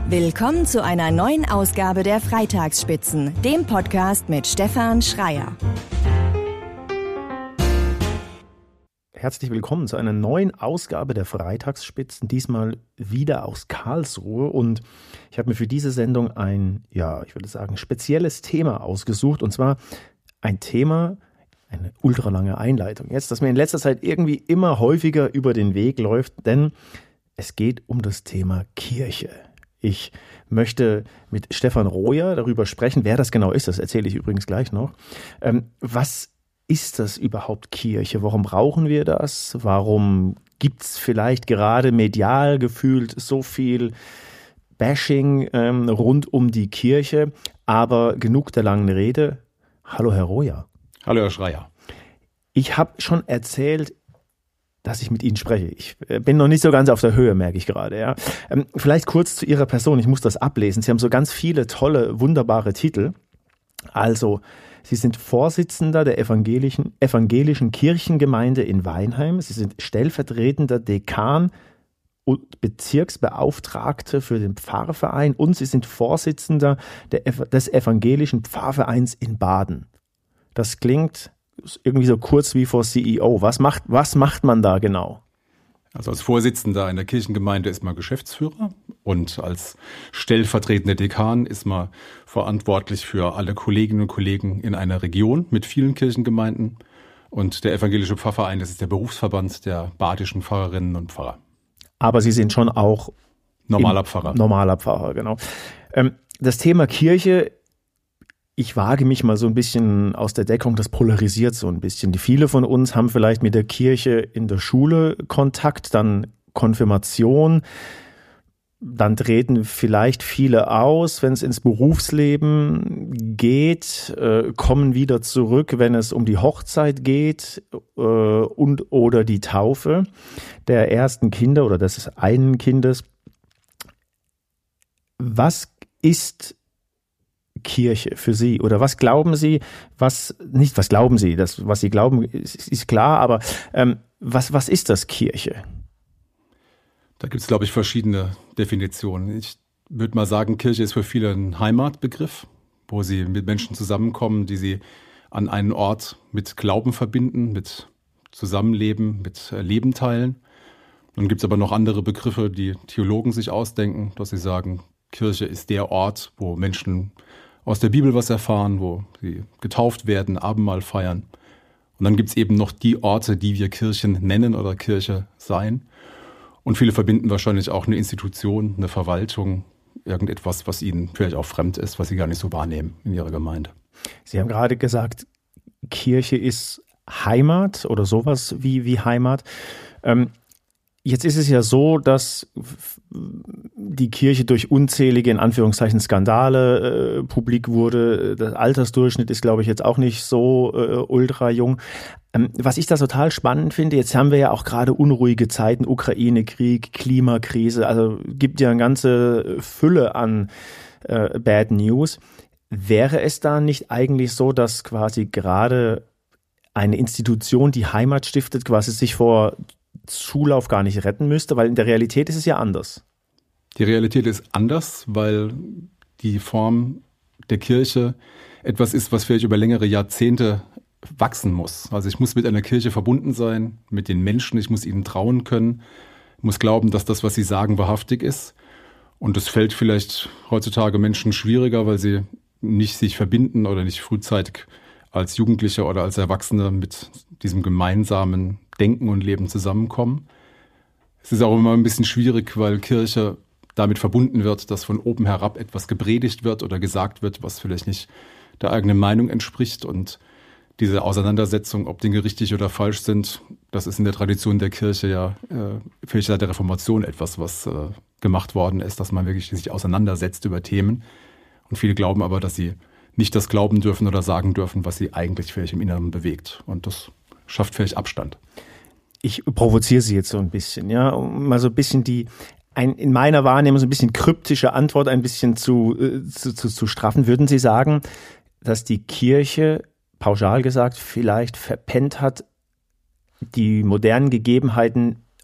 Willkommen zu einer neuen Ausgabe der Freitagsspitzen, dem Podcast mit Stefan Schreier. Herzlich willkommen zu einer neuen Ausgabe der Freitagsspitzen, diesmal wieder aus Karlsruhe. Und ich habe mir für diese Sendung ein, spezielles Thema ausgesucht. Und zwar ein Thema, eine ultralange Einleitung jetzt, das mir in letzter Zeit irgendwie immer häufiger über den Weg läuft, denn es geht um das Thema Kirche. Ich möchte mit Stefan Royer darüber sprechen, wer das genau ist, das erzähle ich übrigens gleich noch. Was ist das überhaupt Kirche? Warum brauchen wir das? Warum gibt es vielleicht gerade medial gefühlt so viel Bashing rund um die Kirche? Aber genug der langen Rede. Hallo Herr Royer. Hallo Herr Schreier. Ich habe schon erzählt, dass ich mit Ihnen spreche. Ich bin noch nicht so ganz auf der Höhe, merke ich gerade. Ja. Vielleicht kurz zu Ihrer Person, ich muss das ablesen. Sie haben so ganz viele tolle, wunderbare Titel. Also, Sie sind Vorsitzender der evangelischen Kirchengemeinde in Weinheim. Sie sind stellvertretender Dekan und Bezirksbeauftragte für den Pfarrverein und Sie sind Vorsitzender des evangelischen Pfarrvereins in Baden. Das klingt irgendwie so kurz wie vor CEO. Was macht man da genau? Also als Vorsitzender einer Kirchengemeinde ist man Geschäftsführer und als stellvertretender Dekan ist man verantwortlich für alle Kolleginnen und Kollegen in einer Region mit vielen Kirchengemeinden. Und der evangelische Pfarrverein, das ist der Berufsverband der badischen Pfarrerinnen und Pfarrer. Aber Sie sind schon auch normaler Pfarrer. Normaler Pfarrer, genau. Das Thema Kirche, ich wage mich mal so ein bisschen aus der Deckung, das polarisiert so ein bisschen. Viele von uns haben vielleicht mit der Kirche in der Schule Kontakt, dann Konfirmation, dann treten vielleicht viele aus, wenn es ins Berufsleben geht, kommen wieder zurück, wenn es um die Hochzeit geht und oder die Taufe der ersten Kinder oder des einen Kindes. Was ist Kirche für Sie? Oder was glauben Sie, was Sie glauben, ist klar, aber was ist das Kirche? Da gibt es, glaube ich, verschiedene Definitionen. Ich würde mal sagen, Kirche ist für viele ein Heimatbegriff, wo sie mit Menschen zusammenkommen, die sie an einen Ort mit Glauben verbinden, mit Zusammenleben, mit Leben teilen. Dann gibt es aber noch andere Begriffe, die Theologen sich ausdenken, dass sie sagen, Kirche ist der Ort, wo Menschen aus der Bibel was erfahren, wo sie getauft werden, Abendmahl feiern. Und dann gibt es eben noch die Orte, die wir Kirchen nennen oder Kirche sein. Und viele verbinden wahrscheinlich auch eine Institution, eine Verwaltung, irgendetwas, was ihnen vielleicht auch fremd ist, was sie gar nicht so wahrnehmen in ihrer Gemeinde. Sie haben gerade gesagt, Kirche ist Heimat oder sowas wie Heimat. Jetzt ist es ja so, dass die Kirche durch unzählige, in Anführungszeichen, Skandale publik wurde. Der Altersdurchschnitt ist, glaube ich, jetzt auch nicht so ultra jung. Was ich da total spannend finde, jetzt haben wir ja auch gerade unruhige Zeiten, Ukraine-Krieg, Klimakrise, also gibt ja eine ganze Fülle an Bad News. Wäre es da nicht eigentlich so, dass quasi gerade eine Institution, die Heimat stiftet, quasi sich vor Zulauf gar nicht retten müsste, weil in der Realität ist es ja anders. Die Realität ist anders, weil die Form der Kirche etwas ist, was vielleicht über längere Jahrzehnte wachsen muss. Also ich muss mit einer Kirche verbunden sein, mit den Menschen, ich muss ihnen trauen können, muss glauben, dass das, was sie sagen, wahrhaftig ist. Und das fällt vielleicht heutzutage Menschen schwieriger, weil sie nicht sich verbinden oder nicht frühzeitig als Jugendliche oder als Erwachsene mit diesem gemeinsamen Denken und Leben zusammenkommen. Es ist auch immer ein bisschen schwierig, weil Kirche damit verbunden wird, dass von oben herab etwas gepredigt wird oder gesagt wird, was vielleicht nicht der eigenen Meinung entspricht. Und diese Auseinandersetzung, ob Dinge richtig oder falsch sind, das ist in der Tradition der Kirche ja vielleicht seit der Reformation etwas, was gemacht worden ist, dass man wirklich sich auseinandersetzt über Themen. Und viele glauben aber, dass sie nicht das glauben dürfen oder sagen dürfen, was sie eigentlich vielleicht im Inneren bewegt. Und das schafft vielleicht Abstand. Ich provoziere Sie jetzt so ein bisschen, ja, um mal so ein bisschen in meiner Wahrnehmung so ein bisschen kryptische Antwort ein bisschen zu straffen. Würden Sie sagen, dass die Kirche, pauschal gesagt, vielleicht verpennt hat, die modernen Gegebenheiten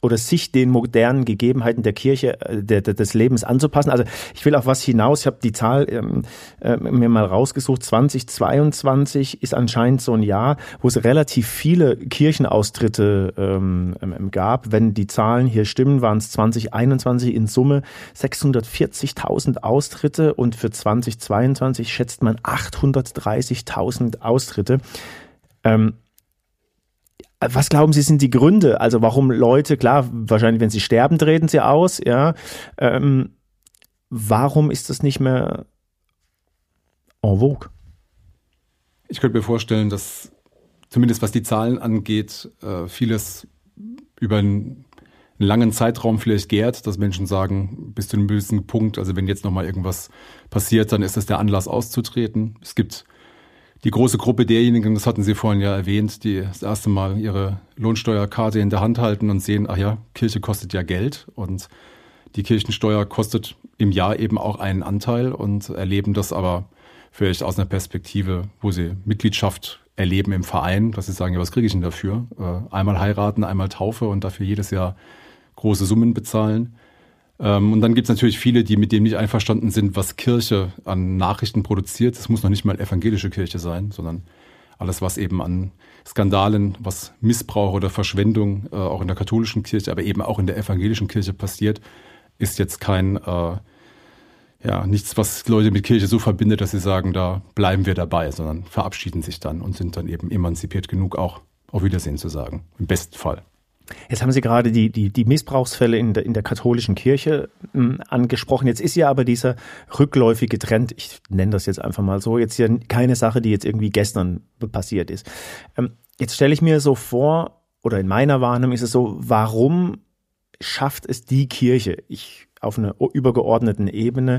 oder sich den modernen Gegebenheiten der Kirche, des Lebens anzupassen. Also ich will auf was hinaus, ich habe die Zahl mir mal rausgesucht, 2022 ist anscheinend so ein Jahr, wo es relativ viele Kirchenaustritte gab. Wenn die Zahlen hier stimmen, waren es 2021 in Summe 640.000 Austritte und für 2022 schätzt man 830.000 Austritte. Was glauben Sie, sind die Gründe? Also warum Leute, klar, wahrscheinlich, wenn sie sterben, treten sie aus, ja. Warum ist das nicht mehr en vogue? Ich könnte mir vorstellen, dass zumindest was die Zahlen angeht, vieles über einen langen Zeitraum vielleicht gärt, dass Menschen sagen, bis zu einem gewissen Punkt, also wenn jetzt nochmal irgendwas passiert, dann ist das der Anlass auszutreten. Es gibt die große Gruppe derjenigen, das hatten Sie vorhin ja erwähnt, die das erste Mal ihre Lohnsteuerkarte in der Hand halten und sehen, ach ja, Kirche kostet ja Geld und die Kirchensteuer kostet im Jahr eben auch einen Anteil und erleben das aber vielleicht aus einer Perspektive, wo sie Mitgliedschaft erleben im Verein, dass sie sagen, ja, was kriege ich denn dafür? Einmal heiraten, einmal Taufe und dafür jedes Jahr große Summen bezahlen. Und dann gibt es natürlich viele, die mit dem nicht einverstanden sind, was Kirche an Nachrichten produziert. Es muss noch nicht mal evangelische Kirche sein, sondern alles, was eben an Skandalen, was Missbrauch oder Verschwendung auch in der katholischen Kirche, aber eben auch in der evangelischen Kirche passiert, ist jetzt kein, nichts, was Leute mit Kirche so verbindet, dass sie sagen, da bleiben wir dabei, sondern verabschieden sich dann und sind dann eben emanzipiert genug, auch auf Wiedersehen zu sagen, im besten Fall. Jetzt haben Sie gerade die Missbrauchsfälle in der katholischen Kirche angesprochen. Jetzt ist ja aber dieser rückläufige Trend, ich nenne das jetzt einfach mal so, jetzt ja keine Sache, die jetzt irgendwie gestern passiert ist. Jetzt stelle ich mir so vor, oder in meiner Wahrnehmung ist es so, warum schafft es die Kirche, auf einer übergeordneten Ebene,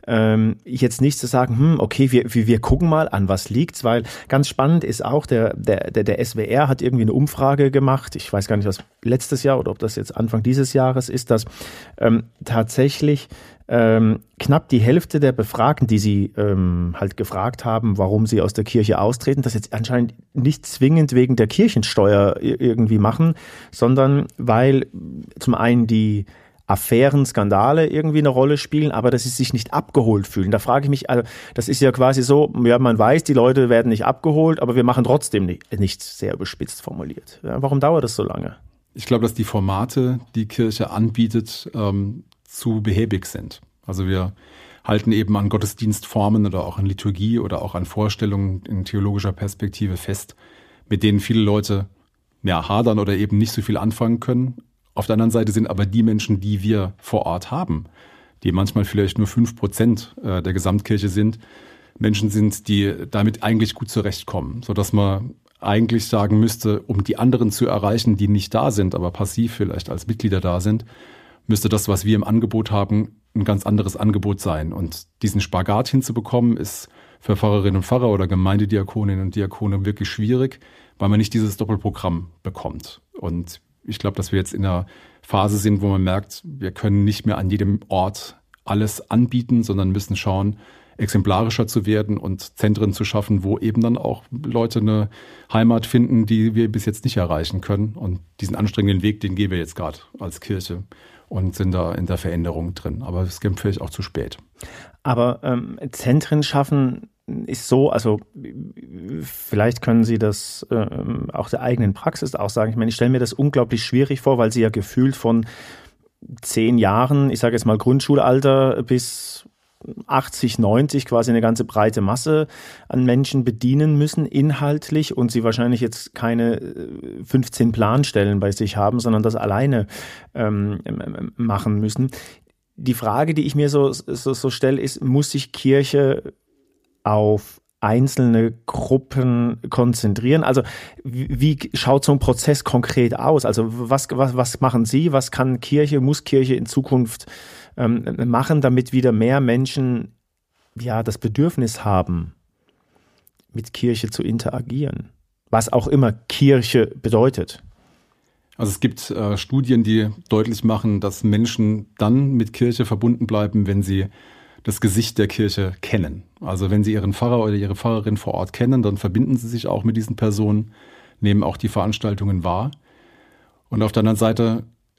jetzt nicht zu sagen, okay, wir gucken mal, an was liegt's, weil ganz spannend ist auch, der SWR hat irgendwie eine Umfrage gemacht, ich weiß gar nicht, was letztes Jahr oder ob das jetzt Anfang dieses Jahres ist, dass tatsächlich knapp die Hälfte der Befragten, die sie halt gefragt haben, warum sie aus der Kirche austreten, das jetzt anscheinend nicht zwingend wegen der Kirchensteuer irgendwie machen, sondern weil zum einen die Affären, Skandale irgendwie eine Rolle spielen, aber dass sie sich nicht abgeholt fühlen. Da frage ich mich, also das ist ja quasi so, ja, man weiß, die Leute werden nicht abgeholt, aber wir machen trotzdem nichts, sehr überspitzt formuliert. Ja, warum dauert das so lange? Ich glaube, dass die Formate, die Kirche anbietet, zu behäbig sind. Also wir halten eben an Gottesdienstformen oder auch an Liturgie oder auch an Vorstellungen in theologischer Perspektive fest, mit denen viele Leute hadern oder eben nicht so viel anfangen können. Auf der anderen Seite sind aber die Menschen, die wir vor Ort haben, die manchmal vielleicht nur 5% der Gesamtkirche sind, Menschen sind, die damit eigentlich gut zurechtkommen, sodass man eigentlich sagen müsste, um die anderen zu erreichen, die nicht da sind, aber passiv vielleicht als Mitglieder da sind, müsste das, was wir im Angebot haben, ein ganz anderes Angebot sein. Und diesen Spagat hinzubekommen, ist für Pfarrerinnen und Pfarrer oder Gemeindediakoninnen und Diakone wirklich schwierig, weil man nicht dieses Doppelprogramm bekommt. Und ich glaube, dass wir jetzt in einer Phase sind, wo man merkt, wir können nicht mehr an jedem Ort alles anbieten, sondern müssen schauen, exemplarischer zu werden und Zentren zu schaffen, wo eben dann auch Leute eine Heimat finden, die wir bis jetzt nicht erreichen können. Und diesen anstrengenden Weg, den gehen wir jetzt gerade als Kirche und sind da in der Veränderung drin. Aber es kommt vielleicht auch zu spät. Aber Zentren schaffen ist so, also vielleicht können Sie das auch der eigenen Praxis auch sagen. Ich meine, ich stelle mir das unglaublich schwierig vor, weil Sie ja gefühlt von 10 Jahren, ich sage jetzt mal Grundschulalter bis 80, 90 quasi eine ganze breite Masse an Menschen bedienen müssen, inhaltlich, und Sie wahrscheinlich jetzt keine 15 Planstellen bei sich haben, sondern das alleine machen müssen. Die Frage, die ich mir so stelle, ist, muss sich Kirche auf einzelne Gruppen konzentrieren? Also wie schaut so ein Prozess konkret aus? Also was machen Sie? Was kann Kirche, muss Kirche in Zukunft machen, damit wieder mehr Menschen das Bedürfnis haben, mit Kirche zu interagieren? Was auch immer Kirche bedeutet. Also es gibt Studien, die deutlich machen, dass Menschen dann mit Kirche verbunden bleiben, wenn sie das Gesicht der Kirche kennen. Also wenn sie ihren Pfarrer oder ihre Pfarrerin vor Ort kennen, dann verbinden sie sich auch mit diesen Personen, nehmen auch die Veranstaltungen wahr. Und auf der anderen Seite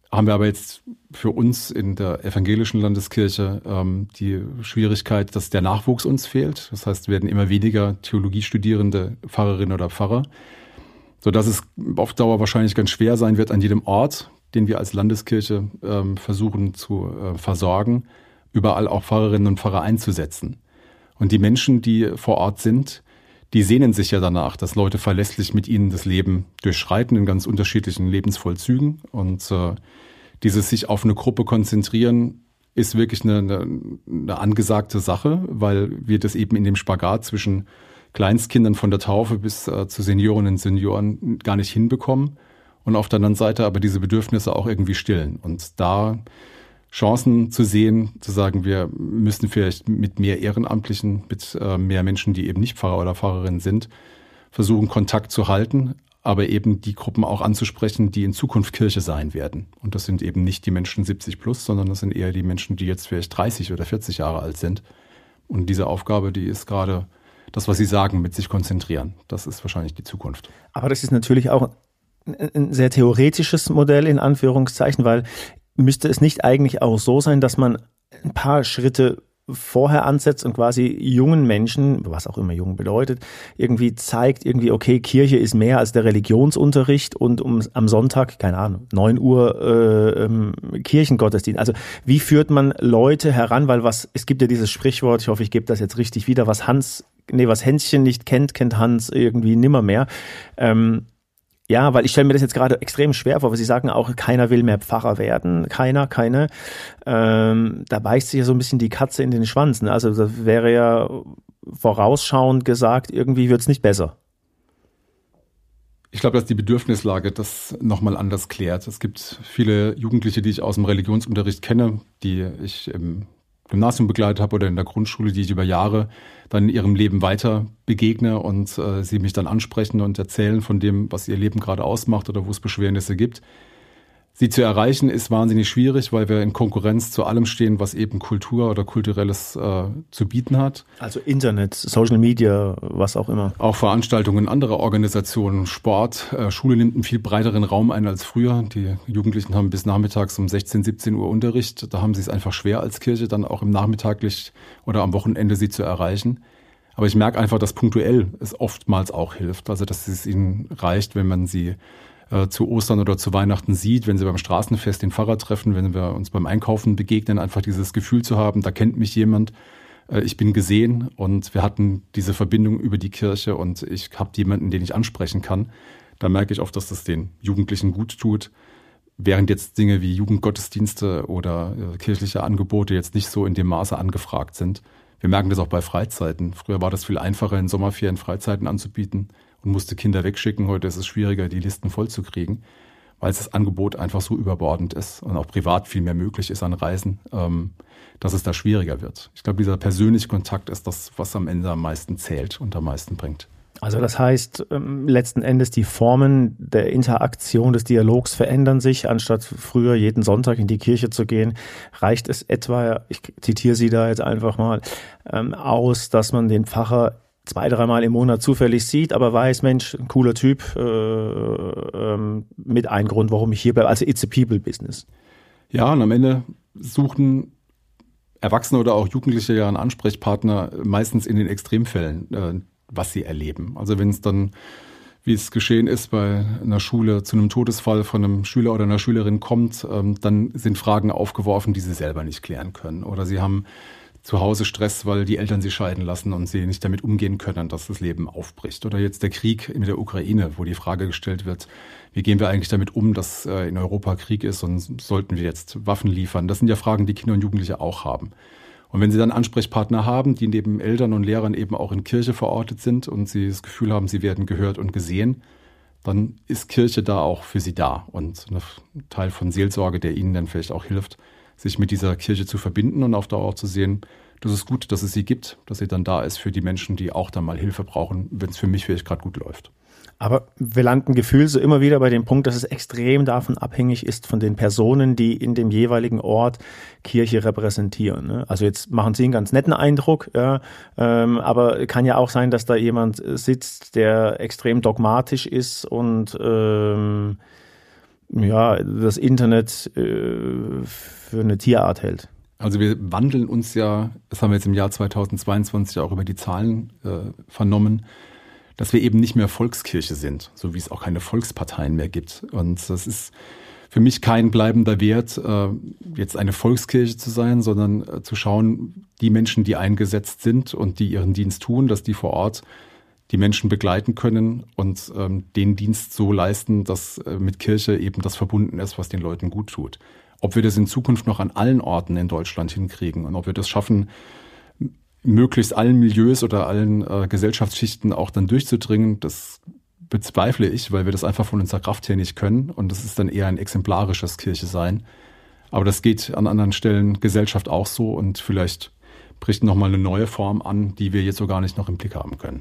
haben wir aber jetzt für uns in der evangelischen Landeskirche die Schwierigkeit, dass der Nachwuchs uns fehlt. Das heißt, es werden immer weniger Theologiestudierende Pfarrerinnen oder Pfarrer, sodass es auf Dauer wahrscheinlich ganz schwer sein wird, an jedem Ort, den wir als Landeskirche versuchen zu versorgen, überall auch Pfarrerinnen und Pfarrer einzusetzen. Und die Menschen, die vor Ort sind, die sehnen sich ja danach, dass Leute verlässlich mit ihnen das Leben durchschreiten in ganz unterschiedlichen Lebensvollzügen. Und dieses sich auf eine Gruppe konzentrieren ist wirklich eine angesagte Sache, weil wir das eben in dem Spagat zwischen Kleinstkindern von der Taufe bis zu Seniorinnen und Senioren gar nicht hinbekommen. Und auf der anderen Seite aber diese Bedürfnisse auch irgendwie stillen. Und da Chancen zu sehen, zu sagen, wir müssen vielleicht mit mehr Ehrenamtlichen, mit mehr Menschen, die eben nicht Pfarrer oder Pfarrerin sind, versuchen, Kontakt zu halten, aber eben die Gruppen auch anzusprechen, die in Zukunft Kirche sein werden. Und das sind eben nicht die Menschen 70 plus, sondern das sind eher die Menschen, die jetzt vielleicht 30 oder 40 Jahre alt sind. Und diese Aufgabe, die ist gerade das, was Sie sagen, mit sich konzentrieren. Das ist wahrscheinlich die Zukunft. Aber das ist natürlich auch ein sehr theoretisches Modell in Anführungszeichen, weil müsste es nicht eigentlich auch so sein, dass man ein paar Schritte vorher ansetzt und quasi jungen Menschen, was auch immer jung bedeutet, irgendwie zeigt, okay, Kirche ist mehr als der Religionsunterricht und am Sonntag, keine Ahnung, 9 Uhr Kirchengottesdienst. Also wie führt man Leute heran, weil es gibt ja dieses Sprichwort, ich hoffe, ich gebe das jetzt richtig wieder, was Hänschen nicht kennt, kennt Hans irgendwie nimmermehr. Ja, weil ich stelle mir das jetzt gerade extrem schwer vor, weil Sie sagen auch, keiner will mehr Pfarrer werden, keine. Da beißt sich ja so ein bisschen die Katze in den Schwanz. Ne? Also das wäre ja vorausschauend gesagt, irgendwie wird es nicht besser. Ich glaube, dass die Bedürfnislage das nochmal anders klärt. Es gibt viele Jugendliche, die ich aus dem Religionsunterricht kenne, die ich im Gymnasium begleitet habe oder in der Grundschule, die ich über Jahre dann in ihrem Leben weiter begegne und sie mich dann ansprechen und erzählen von dem, was ihr Leben gerade ausmacht oder wo es Beschwernisse gibt. Sie zu erreichen ist wahnsinnig schwierig, weil wir in Konkurrenz zu allem stehen, was eben Kultur oder Kulturelles zu bieten hat. Also Internet, Social Media, was auch immer. Auch Veranstaltungen anderer Organisationen, Sport. Schule nimmt einen viel breiteren Raum ein als früher. Die Jugendlichen haben bis nachmittags um 16, 17 Uhr Unterricht. Da haben sie es einfach schwer als Kirche, dann auch im Nachmittaglich oder am Wochenende sie zu erreichen. Aber ich merke einfach, dass punktuell es oftmals auch hilft. Also dass es ihnen reicht, wenn man sie zu Ostern oder zu Weihnachten sieht, wenn sie beim Straßenfest den Pfarrer treffen, wenn wir uns beim Einkaufen begegnen, einfach dieses Gefühl zu haben, da kennt mich jemand, ich bin gesehen und wir hatten diese Verbindung über die Kirche und ich habe jemanden, den ich ansprechen kann. Da merke ich oft, dass das den Jugendlichen gut tut, während jetzt Dinge wie Jugendgottesdienste oder kirchliche Angebote jetzt nicht so in dem Maße angefragt sind. Wir merken das auch bei Freizeiten. Früher war das viel einfacher, in Sommerferien Freizeiten anzubieten und musste Kinder wegschicken. Heute ist es schwieriger, die Listen voll zu kriegen, weil das Angebot einfach so überbordend ist und auch privat viel mehr möglich ist an Reisen, dass es da schwieriger wird. Ich glaube, dieser persönliche Kontakt ist das, was am Ende am meisten zählt und am meisten bringt. Also das heißt, letzten Endes die Formen der Interaktion, des Dialogs verändern sich. Anstatt früher jeden Sonntag in die Kirche zu gehen, reicht es etwa, ich zitiere Sie da jetzt einfach mal, aus, dass man den Pfarrer 2-3 Mal im Monat zufällig sieht, aber weiß, Mensch, ein cooler Typ, mit einem Grund, warum ich hier bleibe. Also it's a people business. Ja, und am Ende suchen Erwachsene oder auch Jugendliche ja einen Ansprechpartner, meistens in den Extremfällen, was sie erleben. Also wenn es dann, wie es geschehen ist, bei einer Schule zu einem Todesfall von einem Schüler oder einer Schülerin kommt, dann sind Fragen aufgeworfen, die sie selber nicht klären können. Oder sie haben zu Hause Stress, weil die Eltern sie scheiden lassen und sie nicht damit umgehen können, dass das Leben aufbricht. Oder jetzt der Krieg in der Ukraine, wo die Frage gestellt wird, wie gehen wir eigentlich damit um, dass in Europa Krieg ist und sollten wir jetzt Waffen liefern? Das sind ja Fragen, die Kinder und Jugendliche auch haben. Und wenn sie dann Ansprechpartner haben, die neben Eltern und Lehrern eben auch in Kirche verortet sind und sie das Gefühl haben, sie werden gehört und gesehen, dann ist Kirche da auch für sie da und ein Teil von Seelsorge, der ihnen dann vielleicht auch hilft, sich mit dieser Kirche zu verbinden und auf Dauer auch zu sehen, das ist gut, dass es sie gibt, dass sie dann da ist für die Menschen, die auch dann mal Hilfe brauchen, wenn es für mich vielleicht gerade gut läuft. Aber wir landen gefühlt so immer wieder bei dem Punkt, dass es extrem davon abhängig ist von den Personen, die in dem jeweiligen Ort Kirche repräsentieren. Ne? Also jetzt machen Sie einen ganz netten Eindruck, ja, aber kann ja auch sein, dass da jemand sitzt, der extrem dogmatisch ist und das Internet für eine Tierart hält. Also wir wandeln uns ja, das haben wir jetzt im Jahr 2022 auch über die Zahlen vernommen, dass wir eben nicht mehr Volkskirche sind, so wie es auch keine Volksparteien mehr gibt. Und das ist für mich kein bleibender Wert, jetzt eine Volkskirche zu sein, sondern zu schauen, die Menschen, die eingesetzt sind und die ihren Dienst tun, dass die vor Ort die Menschen begleiten können und den Dienst so leisten, dass mit Kirche eben das verbunden ist, was den Leuten gut tut. Ob wir das in Zukunft noch an allen Orten in Deutschland hinkriegen und ob wir das schaffen, möglichst allen Milieus oder allen Gesellschaftsschichten auch dann durchzudringen, das bezweifle ich, weil wir das einfach von unserer Kraft her nicht können. Und das ist dann eher ein exemplarisches Kirche sein. Aber das geht an anderen Stellen Gesellschaft auch so und vielleicht bricht nochmal eine neue Form an, die wir jetzt so gar nicht noch im Blick haben können.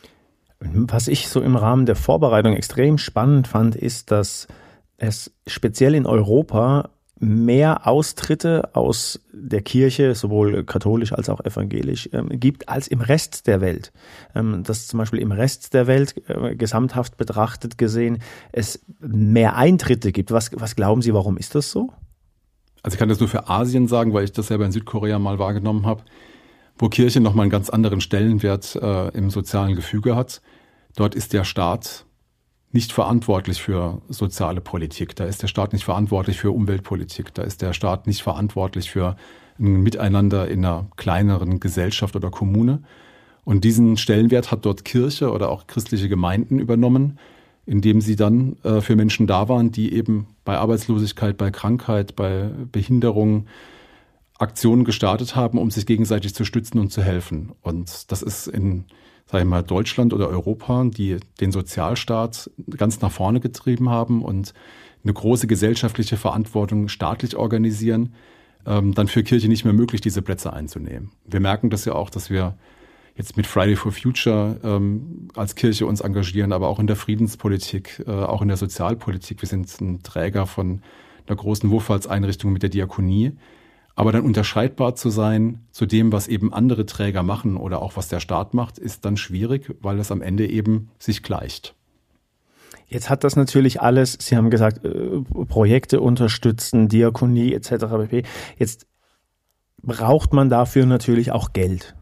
Was ich so im Rahmen der Vorbereitung extrem spannend fand, ist, dass es speziell in Europa mehr Austritte aus der Kirche, sowohl katholisch als auch evangelisch, gibt als im Rest der Welt. Dass zum Beispiel im Rest der Welt, gesamthaft betrachtet gesehen, es mehr Eintritte gibt. Was glauben Sie, warum ist das so? Also ich kann das nur für Asien sagen, weil ich das selber in Südkorea mal wahrgenommen habe, wo Kirche nochmal einen ganz anderen Stellenwert im sozialen Gefüge hat. Dort ist der Staat nicht verantwortlich für soziale Politik. Da ist der Staat nicht verantwortlich für Umweltpolitik. Da ist der Staat nicht verantwortlich für ein Miteinander in einer kleineren Gesellschaft oder Kommune. Und diesen Stellenwert hat dort Kirche oder auch christliche Gemeinden übernommen, indem sie dann für Menschen da waren, die eben bei Arbeitslosigkeit, bei Krankheit, bei Behinderung Aktionen gestartet haben, um sich gegenseitig zu stützen und zu helfen. Und das ist in, sage ich mal, Deutschland oder Europa, die den Sozialstaat ganz nach vorne getrieben haben und eine große gesellschaftliche Verantwortung staatlich organisieren, dann für Kirche nicht mehr möglich, diese Plätze einzunehmen. Wir merken das ja auch, dass wir jetzt mit Friday for Future als Kirche uns engagieren, aber auch in der Friedenspolitik, auch in der Sozialpolitik. Wir sind ein Träger von einer großen Wohlfahrtseinrichtung mit der Diakonie. Aber dann unterscheidbar zu sein zu dem, was eben andere Träger machen oder auch was der Staat macht, ist dann schwierig, weil es am Ende eben sich gleicht. Jetzt hat das natürlich alles, Sie haben gesagt, Projekte unterstützen, Diakonie etc. pp. Jetzt braucht man dafür natürlich auch Geld.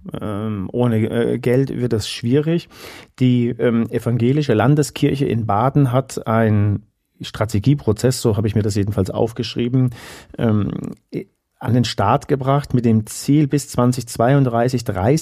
Ohne Geld wird das schwierig. Die evangelische Landeskirche in Baden hat einen Strategieprozess, so habe ich mir das jedenfalls aufgeschrieben, an den Start gebracht mit dem Ziel, bis 2032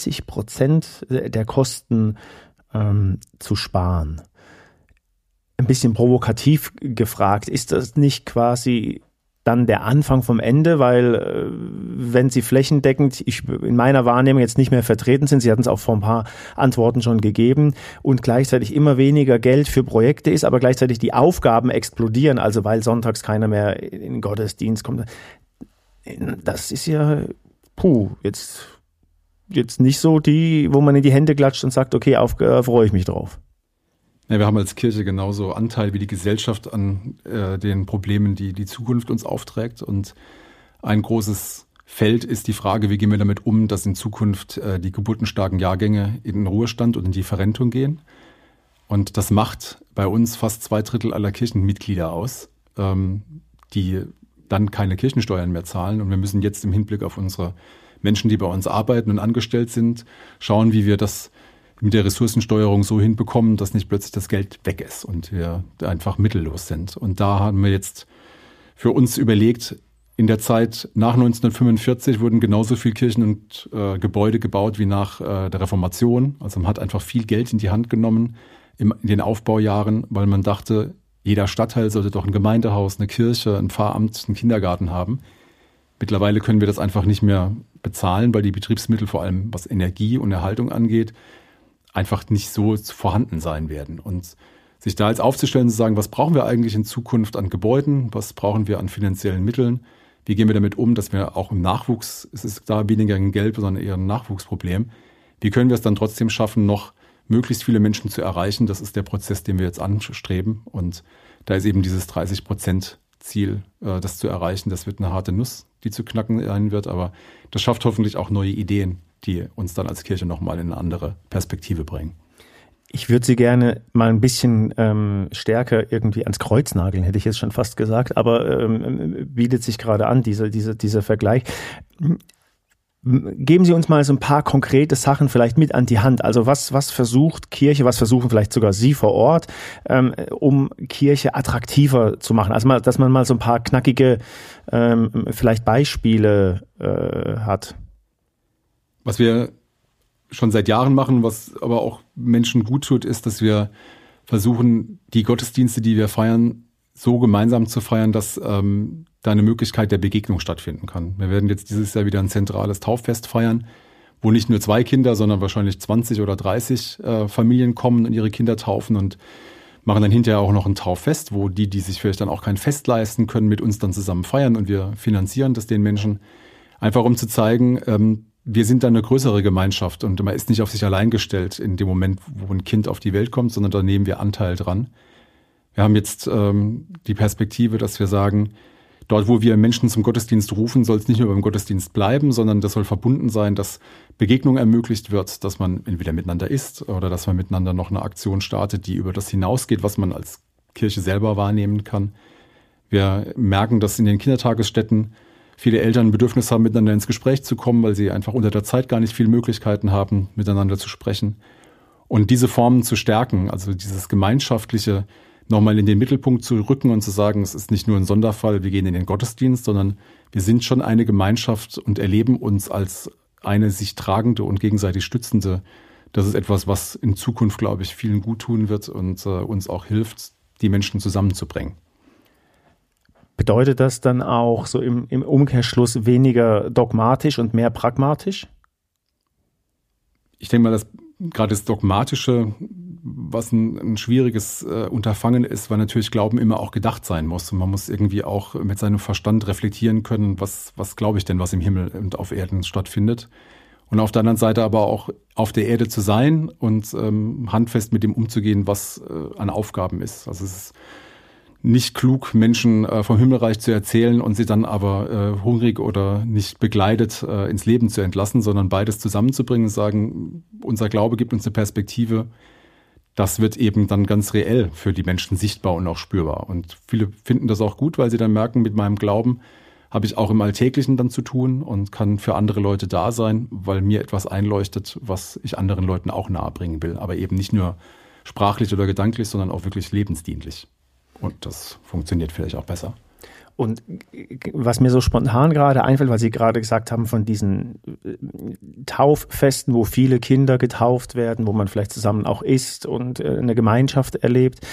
30% der Kosten zu sparen. Ein bisschen provokativ gefragt, ist das nicht quasi dann der Anfang vom Ende, weil wenn Sie flächendeckend, in meiner Wahrnehmung jetzt nicht mehr vertreten sind, Sie hatten es auch vor ein paar Antworten schon gegeben, und gleichzeitig immer weniger Geld für Projekte ist, aber gleichzeitig die Aufgaben explodieren, also weil sonntags keiner mehr in den Gottesdienst kommt. Das ist ja, jetzt nicht so die, wo man in die Hände klatscht und sagt, okay, freue ich mich drauf. Ja, wir haben als Kirche genauso Anteil wie die Gesellschaft an den Problemen, die die Zukunft uns aufträgt. Und ein großes Feld ist die Frage, wie gehen wir damit um, dass in Zukunft die geburtenstarken Jahrgänge in den Ruhestand und in die Verrentung gehen. Und das macht bei uns fast 2/3 aller Kirchenmitglieder aus, die dann keine Kirchensteuern mehr zahlen. Und wir müssen jetzt im Hinblick auf unsere Menschen, die bei uns arbeiten und angestellt sind, schauen, wie wir das mit der Ressourcensteuerung so hinbekommen, dass nicht plötzlich das Geld weg ist und wir einfach mittellos sind. Und da haben wir jetzt für uns überlegt, in der Zeit nach 1945 wurden genauso viel Kirchen und Gebäude gebaut wie nach der Reformation. Also man hat einfach viel Geld in die Hand genommen in den Aufbaujahren, weil man dachte, jeder Stadtteil sollte doch ein Gemeindehaus, eine Kirche, ein Pfarramt, einen Kindergarten haben. Mittlerweile können wir das einfach nicht mehr bezahlen, weil die Betriebsmittel, vor allem was Energie und Erhaltung angeht, einfach nicht so vorhanden sein werden. Und sich da jetzt aufzustellen und zu sagen, was brauchen wir eigentlich in Zukunft an Gebäuden, was brauchen wir an finanziellen Mitteln, wie gehen wir damit um, dass wir auch im Nachwuchs, es ist da weniger ein Geld, sondern eher ein Nachwuchsproblem, wie können wir es dann trotzdem schaffen, noch möglichst viele Menschen zu erreichen. Das ist der Prozess, den wir jetzt anstreben. Und da ist eben dieses 30%-Ziel, das zu erreichen. Das wird eine harte Nuss, die zu knacken sein wird. Aber das schafft hoffentlich auch neue Ideen, die uns dann als Kirche nochmal in eine andere Perspektive bringen. Ich würde Sie gerne mal ein bisschen stärker irgendwie ans Kreuz nageln, hätte ich jetzt schon fast gesagt, aber bietet sich gerade an, dieser Vergleich. Geben Sie uns mal so ein paar konkrete Sachen vielleicht mit an die Hand. Also was versucht Kirche, was versuchen vielleicht sogar Sie vor Ort, um Kirche attraktiver zu machen? Also dass man mal so ein paar knackige vielleicht Beispiele hat. Was wir schon seit Jahren machen, was aber auch Menschen gut tut, ist, dass wir versuchen, die Gottesdienste, die wir feiern, so gemeinsam zu feiern, dass da eine Möglichkeit der Begegnung stattfinden kann. Wir werden jetzt dieses Jahr wieder ein zentrales Tauffest feiern, wo nicht nur 2 Kinder, sondern wahrscheinlich 20 oder 30 Familien kommen und ihre Kinder taufen und machen dann hinterher auch noch ein Tauffest, wo die sich vielleicht dann auch kein Fest leisten können, mit uns dann zusammen feiern und wir finanzieren das den Menschen. Einfach um zu zeigen, wir sind dann eine größere Gemeinschaft und man ist nicht auf sich allein gestellt in dem Moment, wo ein Kind auf die Welt kommt, sondern da nehmen wir Anteil dran. Wir haben jetzt die Perspektive, dass wir sagen, dort, wo wir Menschen zum Gottesdienst rufen, soll es nicht nur beim Gottesdienst bleiben, sondern das soll verbunden sein, dass Begegnung ermöglicht wird, dass man entweder miteinander isst oder dass man miteinander noch eine Aktion startet, die über das hinausgeht, was man als Kirche selber wahrnehmen kann. Wir merken, dass in den Kindertagesstätten viele Eltern ein Bedürfnis haben, miteinander ins Gespräch zu kommen, weil sie einfach unter der Zeit gar nicht viele Möglichkeiten haben, miteinander zu sprechen. Und diese Formen zu stärken, also dieses Gemeinschaftliche, nochmal in den Mittelpunkt zu rücken und zu sagen, es ist nicht nur ein Sonderfall, wir gehen in den Gottesdienst, sondern wir sind schon eine Gemeinschaft und erleben uns als eine sich tragende und gegenseitig stützende. Das ist etwas, was in Zukunft, glaube ich, vielen gut tun wird und uns auch hilft, die Menschen zusammenzubringen. Bedeutet das dann auch so im Umkehrschluss weniger dogmatisch und mehr pragmatisch? Ich denke mal, dass gerade das Dogmatische, was ein schwieriges Unterfangen ist, weil natürlich Glauben immer auch gedacht sein muss. Und man muss irgendwie auch mit seinem Verstand reflektieren können, was glaube ich denn, was im Himmel und auf Erden stattfindet. Und auf der anderen Seite aber auch auf der Erde zu sein und handfest mit dem umzugehen, was an Aufgaben ist. Also es ist nicht klug, Menschen vom Himmelreich zu erzählen und sie dann aber hungrig oder nicht begleitet ins Leben zu entlassen, sondern beides zusammenzubringen und sagen, unser Glaube gibt uns eine Perspektive. Das wird eben dann ganz reell für die Menschen sichtbar und auch spürbar. Und viele finden das auch gut, weil sie dann merken, mit meinem Glauben habe ich auch im Alltäglichen dann zu tun und kann für andere Leute da sein, weil mir etwas einleuchtet, was ich anderen Leuten auch nahebringen will. Aber eben nicht nur sprachlich oder gedanklich, sondern auch wirklich lebensdienlich. Und das funktioniert vielleicht auch besser. Und was mir so spontan gerade einfällt, weil Sie gerade gesagt haben von diesen Tauffesten, wo viele Kinder getauft werden, wo man vielleicht zusammen auch isst und eine Gemeinschaft erlebt.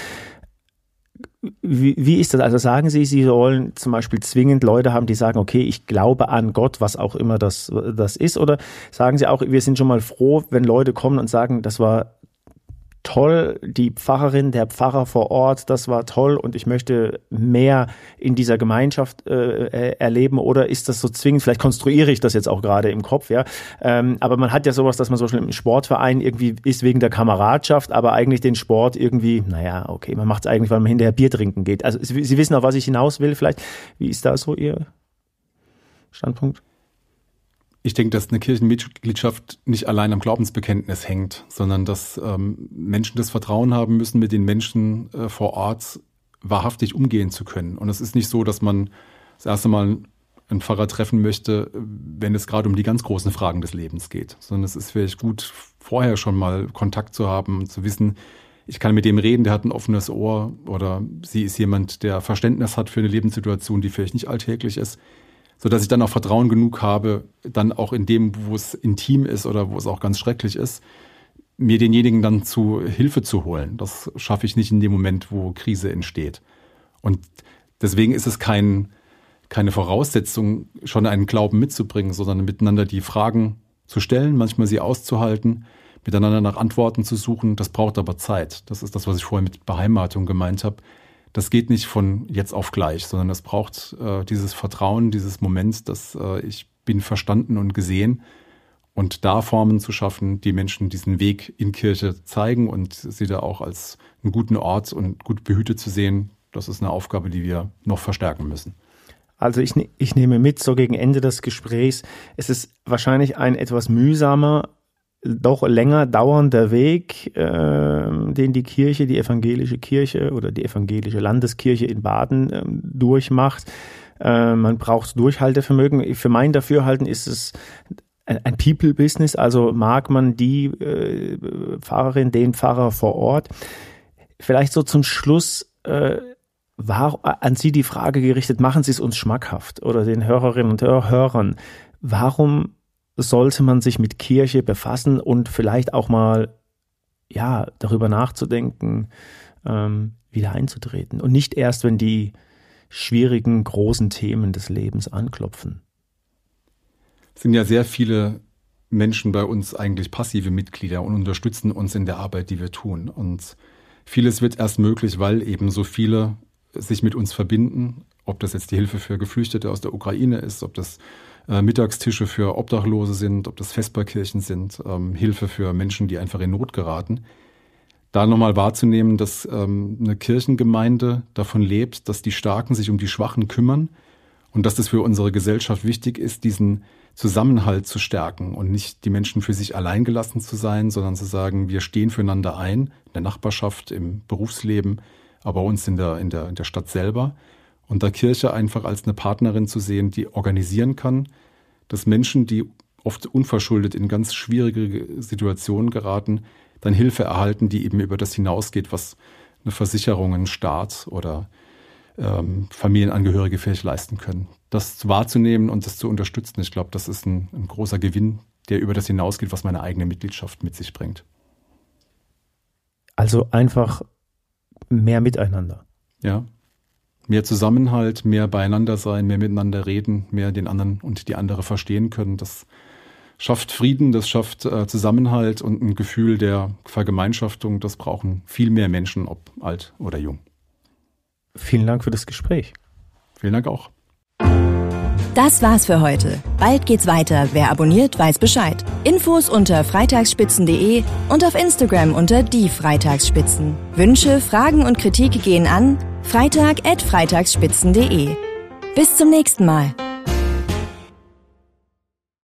Wie ist das? Also sagen Sie, Sie wollen zum Beispiel zwingend Leute haben, die sagen, okay, ich glaube an Gott, was auch immer das ist? Oder sagen Sie auch, wir sind schon mal froh, wenn Leute kommen und sagen, das war toll, die Pfarrerin, der Pfarrer vor Ort, das war toll und ich möchte mehr in dieser Gemeinschaft erleben, oder ist das so zwingend? Vielleicht konstruiere ich das jetzt auch gerade im Kopf, ja. Aber man hat ja sowas, dass man so schnell im Sportverein irgendwie ist wegen der Kameradschaft, aber eigentlich den Sport irgendwie, naja, okay, man macht es eigentlich, weil man hinterher Bier trinken geht. Also Sie wissen, auf was ich hinaus will vielleicht. Wie ist da so Ihr Standpunkt? Ich denke, dass eine Kirchenmitgliedschaft nicht allein am Glaubensbekenntnis hängt, sondern dass Menschen das Vertrauen haben müssen, mit den Menschen vor Ort wahrhaftig umgehen zu können. Und es ist nicht so, dass man das erste Mal einen Pfarrer treffen möchte, wenn es gerade um die ganz großen Fragen des Lebens geht, sondern es ist vielleicht gut, vorher schon mal Kontakt zu haben und zu wissen, ich kann mit dem reden, der hat ein offenes Ohr, oder sie ist jemand, der Verständnis hat für eine Lebenssituation, die vielleicht nicht alltäglich ist, sodass ich dann auch Vertrauen genug habe, dann auch in dem, wo es intim ist oder wo es auch ganz schrecklich ist, mir denjenigen dann zu Hilfe zu holen. Das schaffe ich nicht in dem Moment, wo Krise entsteht. Und deswegen ist es keine Voraussetzung, schon einen Glauben mitzubringen, sondern miteinander die Fragen zu stellen, manchmal sie auszuhalten, miteinander nach Antworten zu suchen. Das braucht aber Zeit. Das ist das, was ich vorher mit Beheimatung gemeint habe. Das geht nicht von jetzt auf gleich, sondern es braucht dieses Vertrauen, dieses Moment, dass ich bin verstanden und gesehen, und da Formen zu schaffen, die Menschen diesen Weg in Kirche zeigen und sie da auch als einen guten Ort und gut behütet zu sehen. Das ist eine Aufgabe, die wir noch verstärken müssen. Also ich nehme mit, so gegen Ende des Gesprächs, es ist wahrscheinlich ein etwas mühsamer doch länger dauernder Weg, den die Kirche, die evangelische Kirche oder die evangelische Landeskirche in Baden durchmacht. Man braucht Durchhaltevermögen. Für mein Dafürhalten ist es ein People-Business, also mag man die Pfarrerin, den Pfarrer vor Ort. Vielleicht so zum Schluss, war an Sie die Frage gerichtet, machen Sie es uns schmackhaft oder den Hörerinnen und Hörern, warum sollte man sich mit Kirche befassen und vielleicht auch mal darüber nachzudenken, wieder einzutreten und nicht erst, wenn die schwierigen, großen Themen des Lebens anklopfen. Es sind ja sehr viele Menschen bei uns eigentlich passive Mitglieder und unterstützen uns in der Arbeit, die wir tun. Und vieles wird erst möglich, weil eben so viele sich mit uns verbinden, ob das jetzt die Hilfe für Geflüchtete aus der Ukraine ist, ob das Mittagstische für Obdachlose sind, ob das Vesperkirchen sind, Hilfe für Menschen, die einfach in Not geraten. Da nochmal wahrzunehmen, dass eine Kirchengemeinde davon lebt, dass die Starken sich um die Schwachen kümmern und dass das für unsere Gesellschaft wichtig ist, diesen Zusammenhalt zu stärken und nicht die Menschen für sich allein gelassen zu sein, sondern zu sagen, wir stehen füreinander ein, in der Nachbarschaft, im Berufsleben, aber uns in der Stadt selber. Und da Kirche einfach als eine Partnerin zu sehen, die organisieren kann, dass Menschen, die oft unverschuldet in ganz schwierige Situationen geraten, dann Hilfe erhalten, die eben über das hinausgeht, was eine Versicherung, ein Staat oder Familienangehörige vielleicht leisten können. Das wahrzunehmen und das zu unterstützen, ich glaube, das ist ein großer Gewinn, der über das hinausgeht, was meine eigene Mitgliedschaft mit sich bringt. Also einfach mehr Miteinander. Ja, mehr Zusammenhalt, mehr beieinander sein, mehr miteinander reden, mehr den anderen und die andere verstehen können, das schafft Frieden, das schafft Zusammenhalt und ein Gefühl der Vergemeinschaftung. Das brauchen viel mehr Menschen, ob alt oder jung. Vielen Dank für das Gespräch. Vielen Dank auch. Das war's für heute. Bald geht's weiter. Wer abonniert, weiß Bescheid. Infos unter freitagsspitzen.de und auf Instagram unter die Freitagsspitzen. Wünsche, Fragen und Kritik gehen an freitag@freitagsspitzen.de. Bis zum nächsten Mal.